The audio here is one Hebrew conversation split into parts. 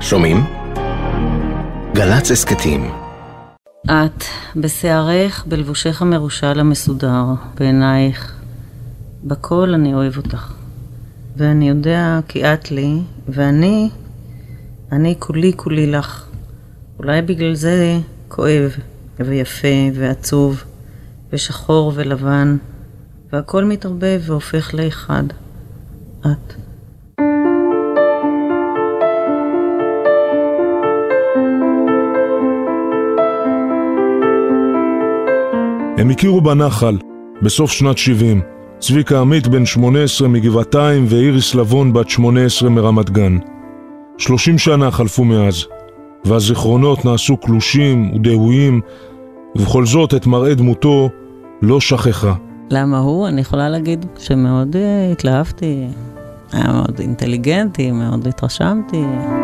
שומעים? גל"צ הסכתים. את בשערך, בלבושך המרושל המסודר, בעינייך, בכל אני אוהב אותך. ואני יודע כי את לי, ואני כולי לך. אולי בגלל זה כואב ויפה ועצוב ושחור ולבן, והכל מתערבב והופך לאחד. את. הם הכירו בנחל, בסוף שנת 70. צביקה עמית בן 18 מגבעתיים ואיריס לבון בת 18 מרמת גן. 30 שנה חלפו מאז, והזיכרונות נעשו קלושים ודהויים, ובכל זאת את מראה דמותו לא שכחה. למה הוא? אני יכולה להגיד שמאוד התלהבתי, היה מאוד אינטליגנטי, מאוד התרשמתי.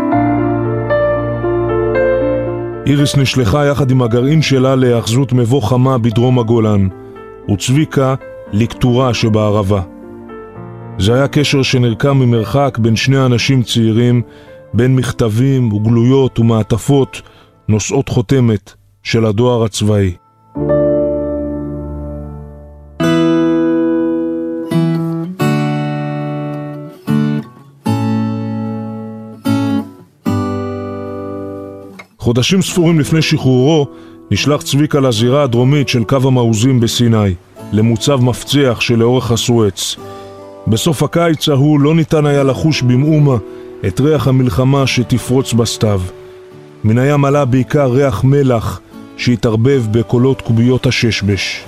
איריס נשלחה יחד עם הגרעין שלה להאחזות מבוא חמה בדרום הגולן, וצביקה לקטורה שבערבה. זה היה קשר שנרקם ממרחק בין שני אנשים צעירים, בין מכתבים וגלויות ומעטפות נושאות חותמת של הדואר הצבאי. חודשים ספורים לפני שחרורו נשלח צביקה לזירה הדרומית של קו המעוזים בסיני, למוצב מפצח שלאורך הסואץ. בסוף הקיץ ההוא לא ניתן היה לחוש במאומה את ריח המלחמה שתפרוץ בסתיו. מן הים עלה בעיקר ריח מלח שהתערבב בקולות קוביות הששבש.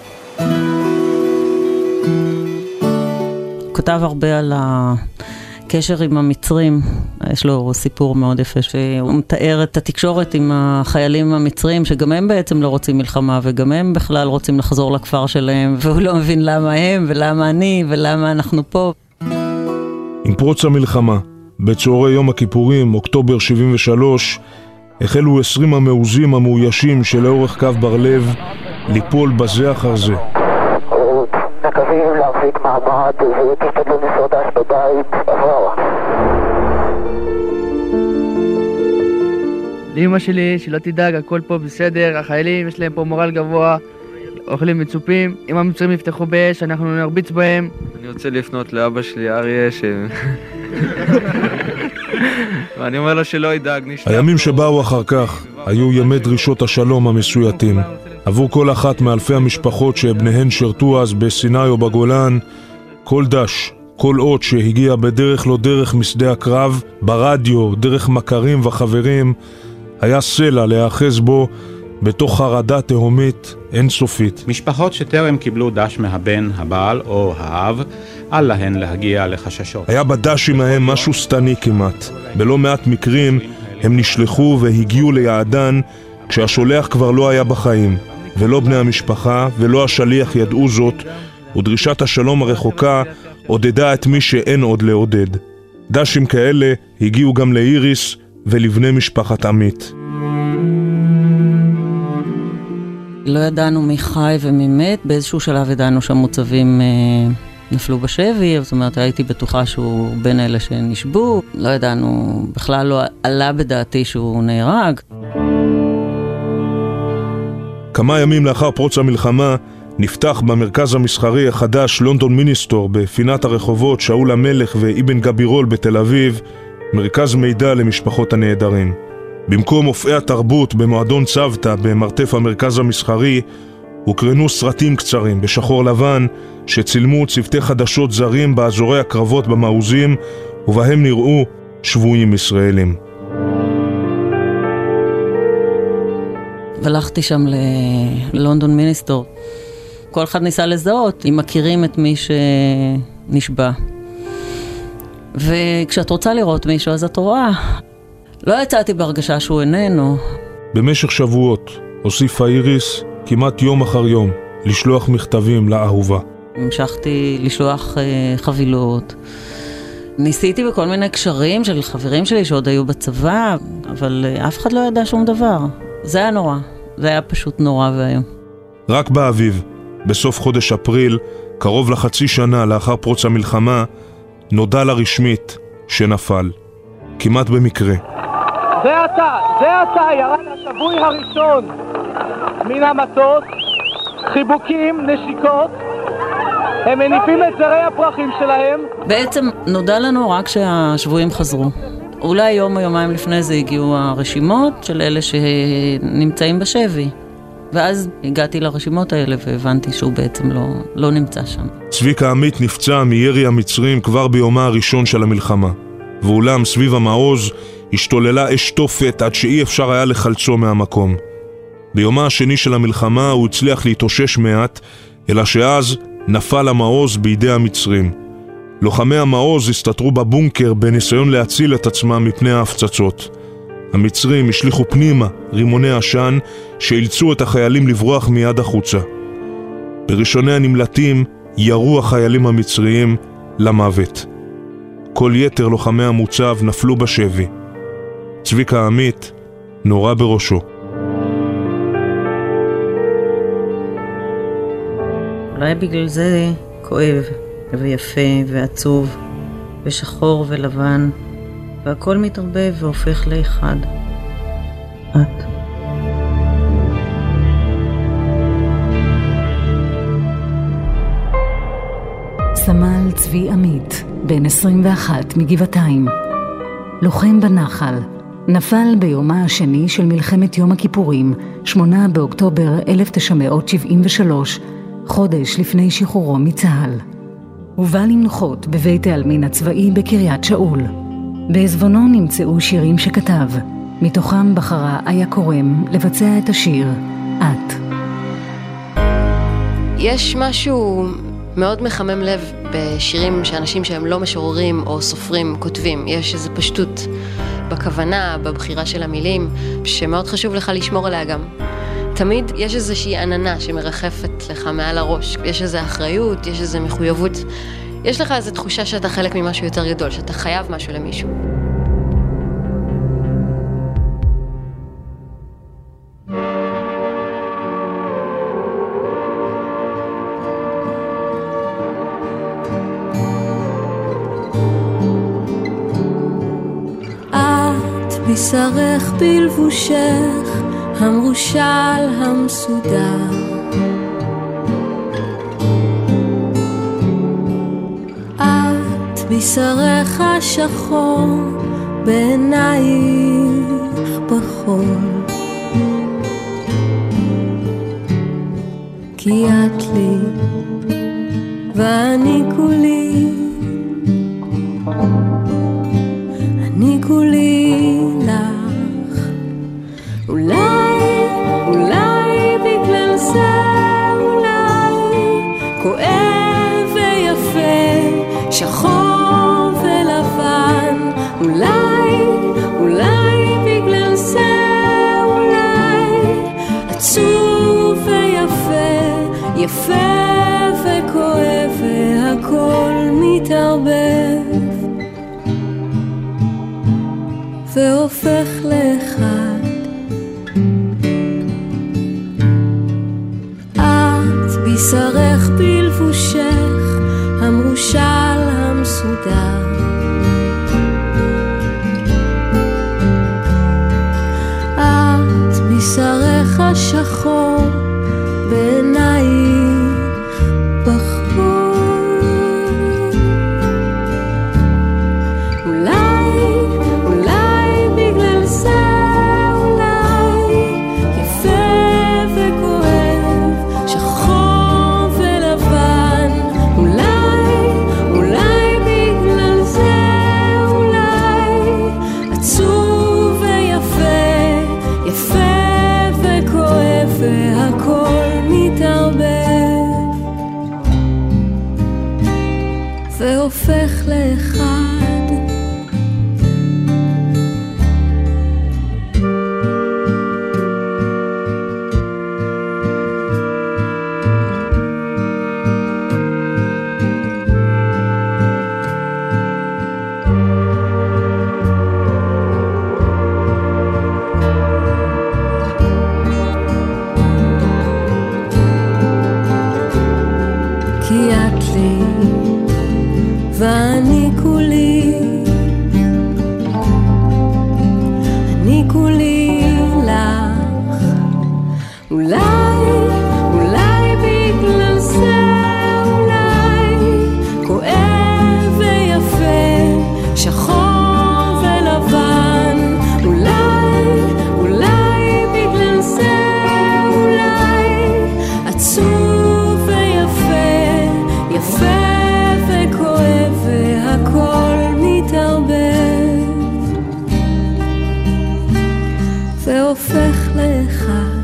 כותב הרבה על הקשר עם המצרים. יש לו סיפור מאוד יפה שהוא מתאר את התקשורת עם החיילים המצרים, שגם הם בעצם לא רוצים מלחמה, וגם הם בכלל רוצים לחזור לכפר שלהם, והוא לא מבין למה הם ולמה אני ולמה אנחנו פה. עם פרוץ המלחמה, בצהרי יום הכיפורים, אוקטובר 73, החלו 20 המעוזים המאוישים שלאורך קו בר לב ליפול בזה אחר זה. מקווים להחזיק מעמד ותשתדלו לשרוד בבית. לאמא שלי, שלא תדאג, הכל פה בסדר, החיילים יש להם פה מורל גבוה, אוכלים מצופים, אם המצרים יפתחו באש אנחנו נרביץ בהם. אני רוצה לפנות לאבא שלי אריה ואני אומר לו שלא ידאג. הימים שבאו אחר כך היו ימי דרישות השלום המסויטים. עבור כל אחת מאלפי המשפחות שבניהן שרתו אז בסיני או בגולן, כל דש, כל אות שהגיע בדרך לא דרך משדה הקרב, ברדיו, דרך מכרים וחברים, היה סלע להאחז בו בתוך חרדה תהומית אינסופית. משפחות שטרם קיבלו דש מהבן, הבעל או האב, אל להן להגיע לחששות. היה בדש עמהם משהו סתני כמעט. בלא מעט מקרים הם נשלחו והגיעו ליעדן כשהשולח כבר לא היה בחיים, ולא בני המשפחה ולא השליח ידעו זאת, ודרישת השלום הרחוקה עודדה את מי שאין עוד לעודד. דשים כאלה הגיעו גם לאיריס ולבני משפחת עמית. לא ידענו מי חי ומי מת, באיזשהו שלב ידענו שהמוצבים נפלו בשבי, זאת אומרת הייתי בטוחה שהוא בין אלה שנשבו, לא ידענו, בכלל לא עלה בדעתי שהוא נהרג. כמה ימים לאחר פרוץ המלחמה נפתח במרכז המסחרי החדש לונדון מיניסטור בפינת הרחובות שאול המלך ואיבן גבירול בתל אביב, מרכז מידע למשפחות הנעדרים. במקום מופעי התרבות במועדון צוותא במרתף המרכז המסחרי, הוקרנו סרטים קצרים בשחור לבן שצילמו צוותי חדשות זרים באזורי הקרבות במעוזים, ובהם נראו שבויים ישראלים. והלכתי שם ללונדון מיניסטור. כל אחד ניסה לזהות אם מכירים את מי שנשבע. וכשאת רוצה לראות מישהו אז את רואה. לא יצאתי בהרגשה שהוא איננו. במשך שבועות הוסיפה איריס כמעט יום אחר יום לשלוח מכתבים לאהובה. המשכתי לשלוח חבילות. ניסיתי בכל מיני קשרים של חברים שלי שעוד היו בצבא, אבל אף אחד לא ידע שום דבר. זה היה נורא. זה היה פשוט נורא והיום. רק באביב, בסוף חודש אפריל, קרוב לחצי שנה לאחר פרוץ המלחמה, נודע לה רשמית שנפל. כמעט במקרה. זה עתה ירד השבוי הראשון מן המטוס, חיבוקים, נשיקות, הם מניפים את זרי הפרחים שלהם. בעצם נודע לנו רק שהשבויים חזרו. אולי יום או יומיים לפני זה הגיעו הרשימות של אלה שנמצאים בשבי. ואז הגעתי לרשימות האלה והבנתי שהוא בעצם לא נמצא שם. צביקה עמית נפצע מירי המצרים כבר ביומה הראשון של המלחמה. ואולם סביב המעוז השתוללה אש תופת עד שאי אפשר היה לחלצו מהמקום. ביומה השני של המלחמה הוא הצליח להתאושש מעט, אלא שאז נפל המעוז בידי המצרים. לוחמי המעוז הסתתרו בבונקר בניסיון להציל את עצמם מפני ההפצצות. המצרים השליחו פנימה רימוני עשן שאילצו את החיילים לברוח מיד החוצה. בראשוני הנמלטים ירו החיילים המצריים למוות. כל יתר לוחמי המוצב נפלו בשבי. צביקה עמית נורה בראשו. אולי בגלל זה כואב ויפה ועצוב ושחור ולבן, והכל מתערבב והופך לאחד. את. סמל צבי עמית, בן 21 מגבעתיים, לוחם בנחל, נפל ביומה השני של מלחמת יום הכיפורים, 8 באוקטובר 1973, חודש לפני שחרורו מצה"ל. הובא למנוחות בבית העלמין הצבאי בקריית שאול. בעזבונו נמצאו שירים שכתב, מתוכם בחרה איה קורם לבצע את השיר את. יש משהו מאוד מחמם לב בשירים שאנשים שהם לא משוררים או סופרים כותבים. יש איזו פשטות בכוונה, בבחירה של המילים, שמאוד חשוב לך לשמור עליה גם. תמיד יש איזושהי עננה שמרחפת לך מעל הראש. יש איזו אחריות, יש איזו מחויבות. יש לך איזו תחושה שאתה חלק ממשהו יותר גדול, שאתה חייב משהו למישהו. את בשרך בלבושך המרושל המסודר, את בשרך השחור בעינייך בחול, כי את לי ואני כולי, אני כולי לך. אולי בגלל זה, אולי כואב ויפה, שחור ולבן. אולי בגלל זה, אולי עצוב ויפה, יפה וכואב והכל מתערבב והופך לאחד. את בשרך בלבושך המרושל המסודר, את בשרך השחור בעינייך בחור. אולי בגלל זה, אולי יפה וכואב, שחור ולבן. אולי בגלל זה, אולי עצוב ויפה, יפה וכואב והכל מתערבב והופך לאחד. כי את לי ואני כולי, אני כולי לך. אולי בגלל זה, אולי כואב ויפה, שחור ולבן. אולי בגלל זה, אולי עצוב ויפה, יפה וכואב והכל מתערבב והופך לך